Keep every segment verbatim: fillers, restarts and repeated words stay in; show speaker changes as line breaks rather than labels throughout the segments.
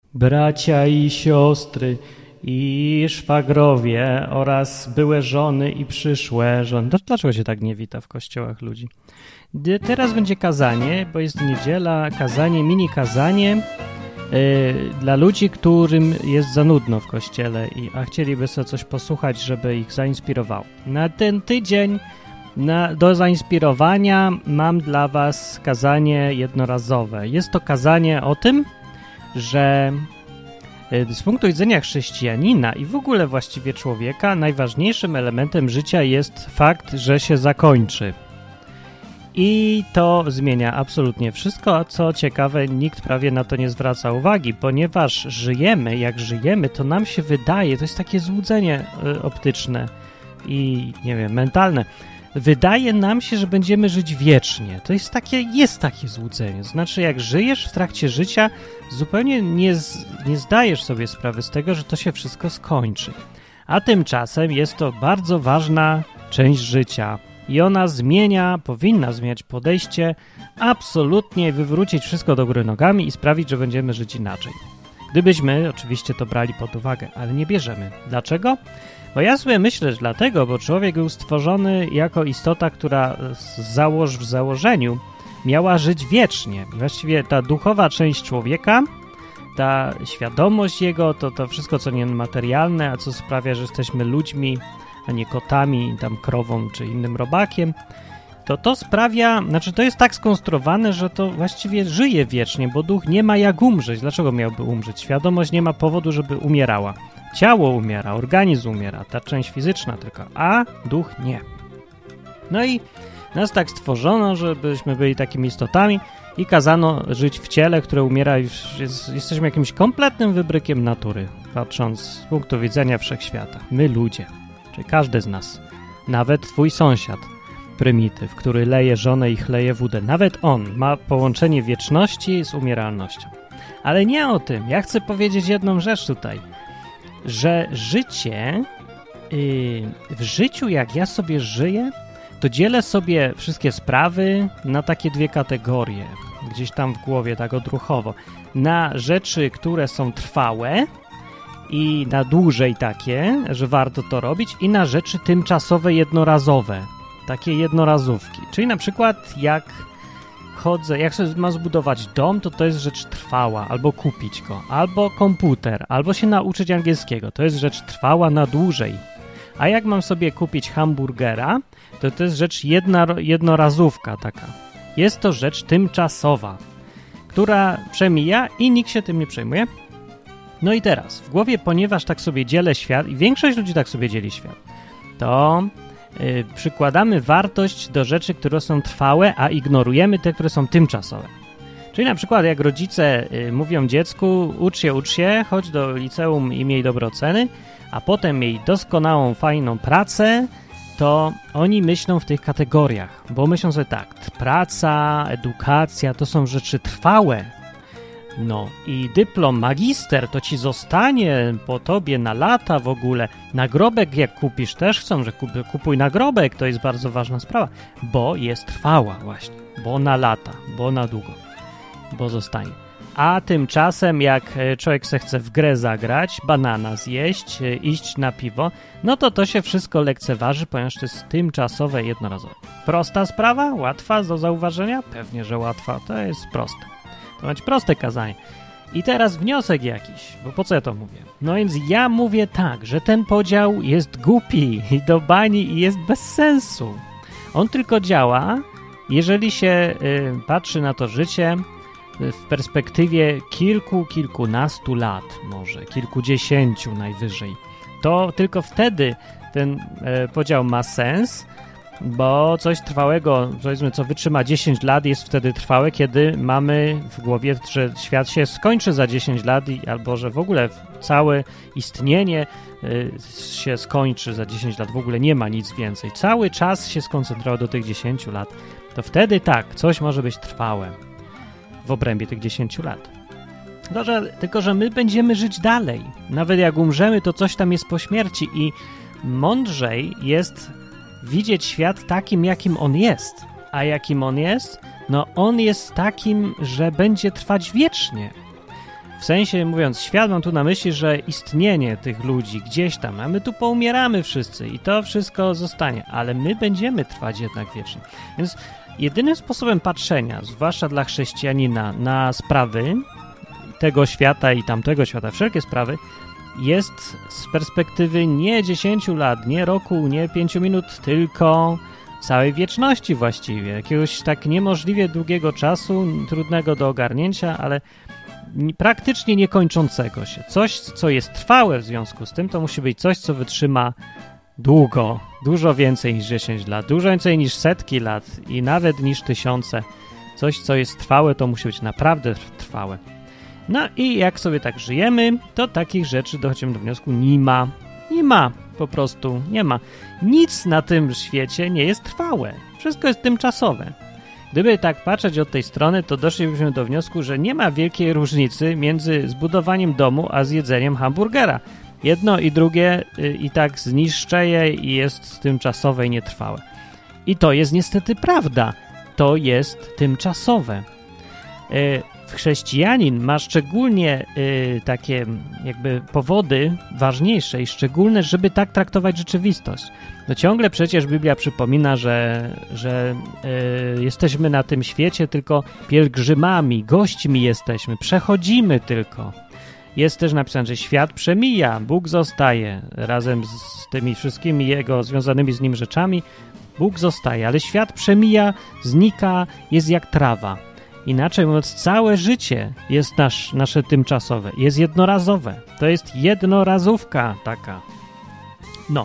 Bracia i siostry i szwagrowie oraz byłe żony i przyszłe żony. Dlaczego się tak nie wita w kościołach ludzi? Teraz będzie kazanie, bo jest niedziela, kazanie, mini kazanie yy, dla ludzi, którym jest za nudno w kościele, i, a chcieliby sobie coś posłuchać, żeby ich zainspirowało. Na ten tydzień na, do zainspirowania mam dla was kazanie jednorazowe. Jest to kazanie o tym, że z punktu widzenia chrześcijanina i w ogóle właściwie człowieka najważniejszym elementem życia jest fakt, że się zakończy. I to zmienia absolutnie wszystko, a co ciekawe, nikt prawie na to nie zwraca uwagi, ponieważ żyjemy, jak żyjemy, to nam się wydaje, to jest takie złudzenie optyczne i, nie wiem, mentalne. Wydaje nam się, że będziemy żyć wiecznie. To jest takie, jest takie złudzenie. Znaczy, jak żyjesz w trakcie życia, zupełnie nie, z, nie zdajesz sobie sprawy z tego, że to się wszystko skończy. A tymczasem jest to bardzo ważna część życia i ona zmienia, powinna zmieniać podejście, absolutnie wywrócić wszystko do góry nogami i sprawić, że będziemy żyć inaczej. Gdybyśmy oczywiście to brali pod uwagę, ale nie bierzemy. Dlaczego? Bo ja sobie myślę, że dlatego, bo człowiek był stworzony jako istota, która z założ, w założeniu miała żyć wiecznie. Właściwie ta duchowa część człowieka, ta świadomość jego, to, to wszystko, co niematerialne, a co sprawia, że jesteśmy ludźmi, a nie kotami, tam krową czy innym robakiem, to to sprawia, znaczy to jest tak skonstruowane, że to właściwie żyje wiecznie, bo duch nie ma jak umrzeć. Dlaczego miałby umrzeć? Świadomość nie ma powodu, żeby umierała. Ciało umiera, organizm umiera, ta część fizyczna tylko, a duch nie. No i nas tak stworzono, żebyśmy byli takimi istotami i kazano żyć w ciele, które umiera, i jest, jesteśmy jakimś kompletnym wybrykiem natury, patrząc z punktu widzenia wszechświata. My ludzie, czyli każdy z nas, nawet twój sąsiad, prymityw, który leje żonę i chleje wódę, nawet on ma połączenie wieczności z umieralnością. Ale nie o tym. Ja chcę powiedzieć jedną rzecz tutaj, że życie, yy, w życiu jak ja sobie żyję, to dzielę sobie wszystkie sprawy na takie dwie kategorie, gdzieś tam w głowie, tak odruchowo. Na rzeczy, które są trwałe i na dłużej takie, że warto to robić, i na rzeczy tymczasowe, jednorazowe, takie jednorazówki. Czyli na przykład jak chodzę, jak sobie mam zbudować dom, to to jest rzecz trwała, albo kupić go, albo komputer, albo się nauczyć angielskiego, to jest rzecz trwała na dłużej. A jak mam sobie kupić hamburgera, to to jest rzecz jedna, jednorazówka taka. Jest to rzecz tymczasowa, która przemija i nikt się tym nie przejmuje. No i teraz, w głowie, ponieważ tak sobie dzielę świat, i większość ludzi tak sobie dzieli świat, to Yy, przykładamy wartość do rzeczy, które są trwałe, a ignorujemy te, które są tymczasowe. Czyli na przykład jak rodzice yy, mówią dziecku, ucz się, ucz się, chodź do liceum i miej dobre oceny, a potem miej doskonałą, fajną pracę, to oni myślą w tych kategoriach, bo myślą sobie tak, praca, edukacja to są rzeczy trwałe. No i dyplom magister to ci zostanie po tobie na lata w ogóle. Nagrobek jak kupisz też chcą, że kupuj nagrobek, to jest bardzo ważna sprawa, bo jest trwała właśnie, bo na lata, bo na długo, bo zostanie. A tymczasem jak człowiek se chce w grę zagrać, banana zjeść, iść na piwo, no to to się wszystko lekceważy, ponieważ to jest tymczasowe, jednorazowe. Prosta sprawa? Łatwa do zauważenia? Pewnie, że łatwa, to jest proste. To będzie proste kazanie. I teraz wniosek jakiś, bo po co ja to mówię? No więc ja mówię tak, że ten podział jest głupi i do bani i jest bez sensu. On tylko działa, jeżeli się y, patrzy na to życie y, w perspektywie kilku, kilkunastu lat, może kilkudziesięciu najwyżej. To tylko wtedy ten y, podział ma sens, bo coś trwałego, powiedzmy, co wytrzyma dziesięć lat, jest wtedy trwałe, kiedy mamy w głowie, że świat się skończy za dziesięć lat, i, albo że w ogóle całe istnienie y, się skończy za dziesięć lat, w ogóle nie ma nic więcej. Cały czas się skoncentrował do tych dziesięciu lat. To wtedy tak, coś może być trwałe w obrębie tych dziesięciu lat. Tylko że, tylko, że my będziemy żyć dalej. Nawet jak umrzemy, to coś tam jest po śmierci i mądrzej jest widzieć świat takim, jakim on jest. A jakim on jest? No on jest takim, że będzie trwać wiecznie. W sensie, mówiąc świat, mam tu na myśli, że istnienie tych ludzi gdzieś tam, a my tu poumieramy wszyscy i to wszystko zostanie, ale my będziemy trwać jednak wiecznie. Więc jedynym sposobem patrzenia, zwłaszcza dla chrześcijanina, na sprawy tego świata i tamtego świata, wszelkie sprawy, jest z perspektywy nie dziesięciu lat, nie roku, nie pięciu minut, tylko całej wieczności właściwie. Jakiegoś tak niemożliwie długiego czasu, trudnego do ogarnięcia, ale praktycznie niekończącego się. Coś, co jest trwałe w związku z tym, to musi być coś, co wytrzyma długo, dużo więcej niż dziesięć lat, dużo więcej niż setki lat i nawet niż tysiące. Coś, co jest trwałe, to musi być naprawdę trwałe. No i jak sobie tak żyjemy, to takich rzeczy dochodzimy do wniosku nie ma. Nie ma, po prostu nie ma. Nic na tym świecie nie jest trwałe. Wszystko jest tymczasowe. Gdyby tak patrzeć od tej strony, to doszlibyśmy do wniosku, że nie ma wielkiej różnicy między zbudowaniem domu, a zjedzeniem hamburgera. Jedno i drugie y, i tak zniszczeje i jest tymczasowe i nietrwałe. I to jest niestety prawda. To jest tymczasowe. Y, Chrześcijanin ma szczególnie y, takie jakby powody ważniejsze i szczególne, żeby tak traktować rzeczywistość. No ciągle przecież Biblia przypomina, że, że y, jesteśmy na tym świecie tylko pielgrzymami, gośćmi jesteśmy, przechodzimy tylko. Jest też napisane, że świat przemija, Bóg zostaje razem z tymi wszystkimi jego związanymi z nim rzeczami. Bóg zostaje, ale świat przemija, znika, jest jak trawa. Inaczej mówiąc, całe życie jest nasz, nasze tymczasowe, jest jednorazowe. To jest jednorazówka taka. No.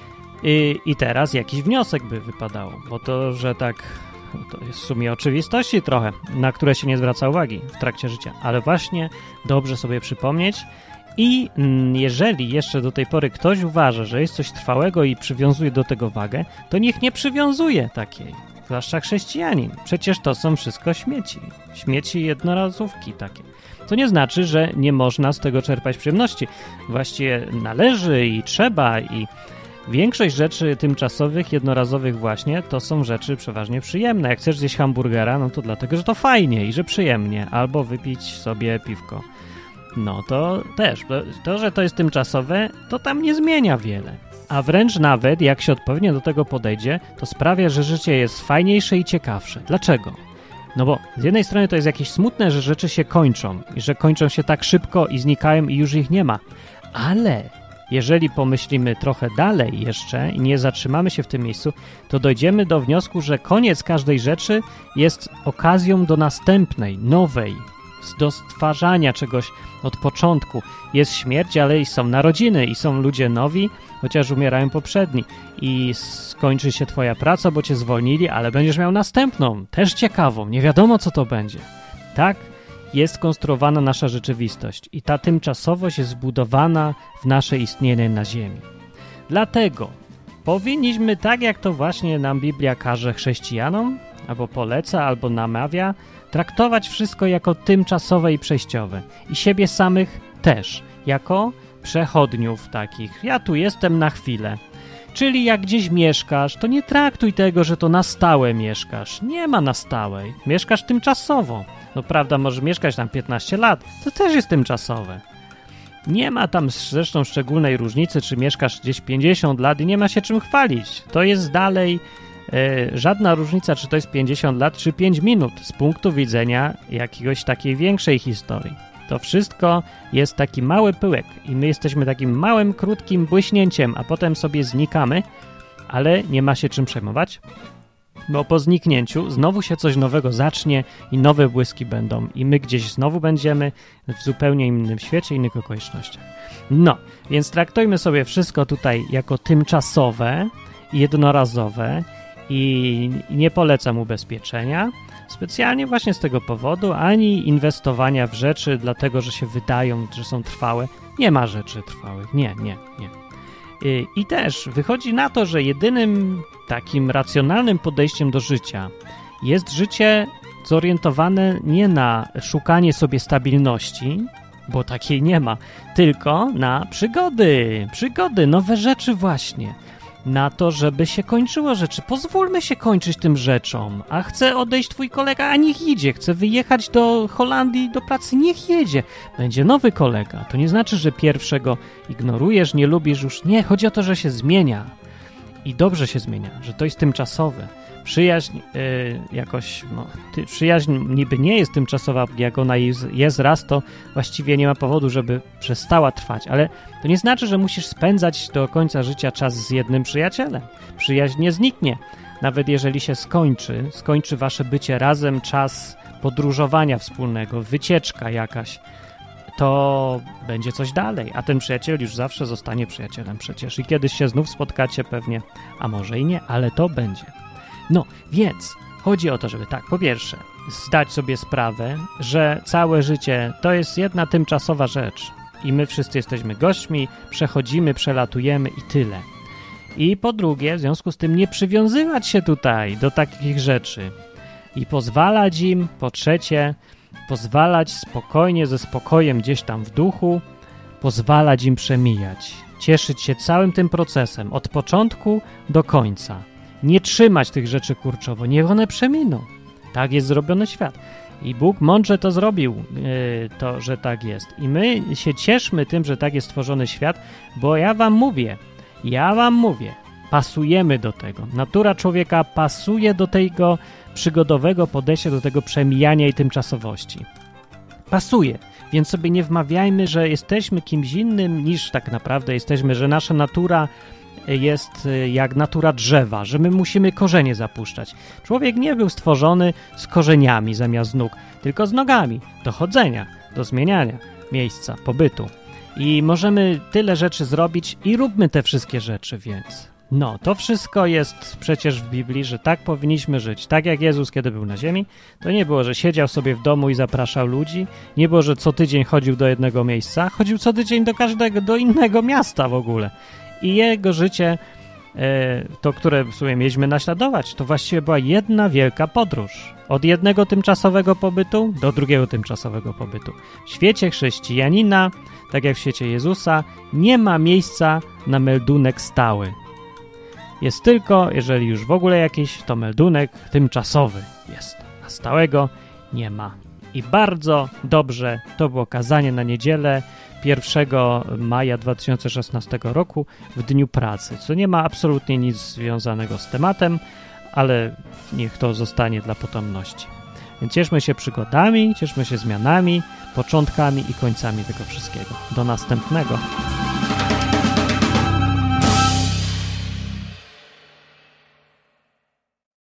I, i teraz jakiś wniosek by wypadało, bo to, że tak, to jest w sumie oczywistości trochę, na które się nie zwraca uwagi w trakcie życia, ale właśnie dobrze sobie przypomnieć i jeżeli jeszcze do tej pory ktoś uważa, że jest coś trwałego i przywiązuje do tego wagę, to niech nie przywiązuje takiej. Zwłaszcza chrześcijanin. Przecież to są wszystko śmieci. Śmieci jednorazówki takie. To nie znaczy, że nie można z tego czerpać przyjemności. Właściwie należy i trzeba i większość rzeczy tymczasowych, jednorazowych właśnie, to są rzeczy przeważnie przyjemne. Jak chcesz zjeść hamburgera, no to dlatego, że to fajnie i że przyjemnie. Albo wypić sobie piwko. No to też. To, że to jest tymczasowe, to tam nie zmienia wiele. A wręcz nawet, jak się odpowiednio do tego podejdzie, to sprawia, że życie jest fajniejsze i ciekawsze. Dlaczego? No bo z jednej strony to jest jakieś smutne, że rzeczy się kończą i że kończą się tak szybko i znikają i już ich nie ma. Ale jeżeli pomyślimy trochę dalej jeszcze i nie zatrzymamy się w tym miejscu, to dojdziemy do wniosku, że koniec każdej rzeczy jest okazją do następnej, nowej, do stwarzania czegoś od początku. Jest śmierć, ale i są narodziny i są ludzie nowi, chociaż umierają poprzedni i skończy się twoja praca, bo cię zwolnili, ale będziesz miał następną, też ciekawą, nie wiadomo co to będzie. Tak jest konstruowana nasza rzeczywistość i ta tymczasowość jest zbudowana w nasze istnienie na ziemi. Dlatego powinniśmy, tak jak to właśnie nam Biblia każe chrześcijanom, albo poleca, albo namawia, traktować wszystko jako tymczasowe i przejściowe. I siebie samych też, jako przechodniów takich. Ja tu jestem na chwilę. Czyli jak gdzieś mieszkasz, to nie traktuj tego, że to na stałe mieszkasz. Nie ma na stałej. Mieszkasz tymczasowo. No prawda, możesz mieszkać tam piętnaście lat. To też jest tymczasowe. Nie ma tam zresztą szczególnej różnicy, czy mieszkasz gdzieś pięćdziesiąt lat i nie ma się czym chwalić. To jest dalej e, żadna różnica, czy to jest pięćdziesiąt lat, czy pięć minut z punktu widzenia jakiegoś takiej większej historii. To wszystko jest taki mały pyłek i my jesteśmy takim małym, krótkim błyśnięciem, a potem sobie znikamy, ale nie ma się czym przejmować, bo po zniknięciu znowu się coś nowego zacznie i nowe błyski będą i my gdzieś znowu będziemy w zupełnie innym świecie, innych okolicznościach. No, więc traktujmy sobie wszystko tutaj jako tymczasowe i jednorazowe i nie polecam ubezpieczenia, specjalnie właśnie z tego powodu, ani inwestowania w rzeczy, dlatego że się wydają, że są trwałe. Nie ma rzeczy trwałych. Nie, nie, nie. I, i też wychodzi na to, że jedynym takim racjonalnym podejściem do życia jest życie zorientowane nie na szukanie sobie stabilności, bo takiej nie ma, tylko na przygody. Przygody, nowe rzeczy właśnie. na to, żeby się kończyło rzeczy. Pozwólmy się kończyć tym rzeczom. A chce odejść twój kolega, a niech idzie. Chce wyjechać do Holandii, do pracy, niech jedzie. Będzie nowy kolega. To nie znaczy, że pierwszego ignorujesz, nie lubisz już. Nie, chodzi o to, że się zmienia. I dobrze się zmienia, że to jest tymczasowe. Przyjaźń yy, jakoś, no, ty, przyjaźń niby nie jest tymczasowa, jak ona jest, jest raz, to właściwie nie ma powodu, żeby przestała trwać, ale to nie znaczy, że musisz spędzać do końca życia czas z jednym przyjacielem. Przyjaźń nie zniknie, nawet jeżeli się skończy, skończy wasze bycie razem, czas podróżowania wspólnego, wycieczka jakaś, to będzie coś dalej, a ten przyjaciel już zawsze zostanie przyjacielem przecież i kiedyś się znów spotkacie pewnie, a może i nie, ale to będzie. No, więc chodzi o to, żeby tak, po pierwsze, zdać sobie sprawę, że całe życie to jest jedna tymczasowa rzecz i my wszyscy jesteśmy gośćmi, przechodzimy, przelatujemy i tyle. I po drugie, w związku z tym nie przywiązywać się tutaj do takich rzeczy i pozwalać im, po trzecie, pozwalać spokojnie, ze spokojem gdzieś tam w duchu, pozwalać im przemijać, cieszyć się całym tym procesem, od początku do końca. Nie trzymać tych rzeczy kurczowo, niech one przeminą. Tak jest zrobiony świat. I Bóg mądrze to zrobił, yy, to, że tak jest. I my się cieszmy tym, że tak jest stworzony świat, bo ja wam mówię, ja wam mówię, pasujemy do tego. Natura człowieka pasuje do tego przygodowego podejścia, do tego przemijania i tymczasowości. Pasuje. Więc sobie nie wmawiajmy, że jesteśmy kimś innym niż tak naprawdę jesteśmy, że nasza natura jest jak natura drzewa, że my musimy korzenie zapuszczać. Człowiek nie był stworzony z korzeniami zamiast nóg, tylko z nogami, do chodzenia, do zmieniania miejsca, pobytu. I możemy tyle rzeczy zrobić i róbmy te wszystkie rzeczy, więc... No, to wszystko jest przecież w Biblii, że tak powinniśmy żyć. Tak jak Jezus, kiedy był na ziemi, to nie było, że siedział sobie w domu i zapraszał ludzi, nie było, że co tydzień chodził do jednego miejsca, chodził co tydzień do każdego, do innego miasta w ogóle. I jego życie, to które w sumie mieliśmy naśladować, to właściwie była jedna wielka podróż. Od jednego tymczasowego pobytu do drugiego tymczasowego pobytu. W świecie chrześcijanina, tak jak w świecie Jezusa, nie ma miejsca na meldunek stały. Jest tylko, jeżeli już w ogóle jakiś, to meldunek tymczasowy jest, a stałego nie ma. I bardzo dobrze to było kazanie na niedzielę pierwszego maja dwa tysiące szesnastego roku w Dniu Pracy, co nie ma absolutnie nic związanego z tematem, ale niech to zostanie dla potomności. Więc cieszmy się przygodami, cieszmy się zmianami, początkami i końcami tego wszystkiego. Do następnego.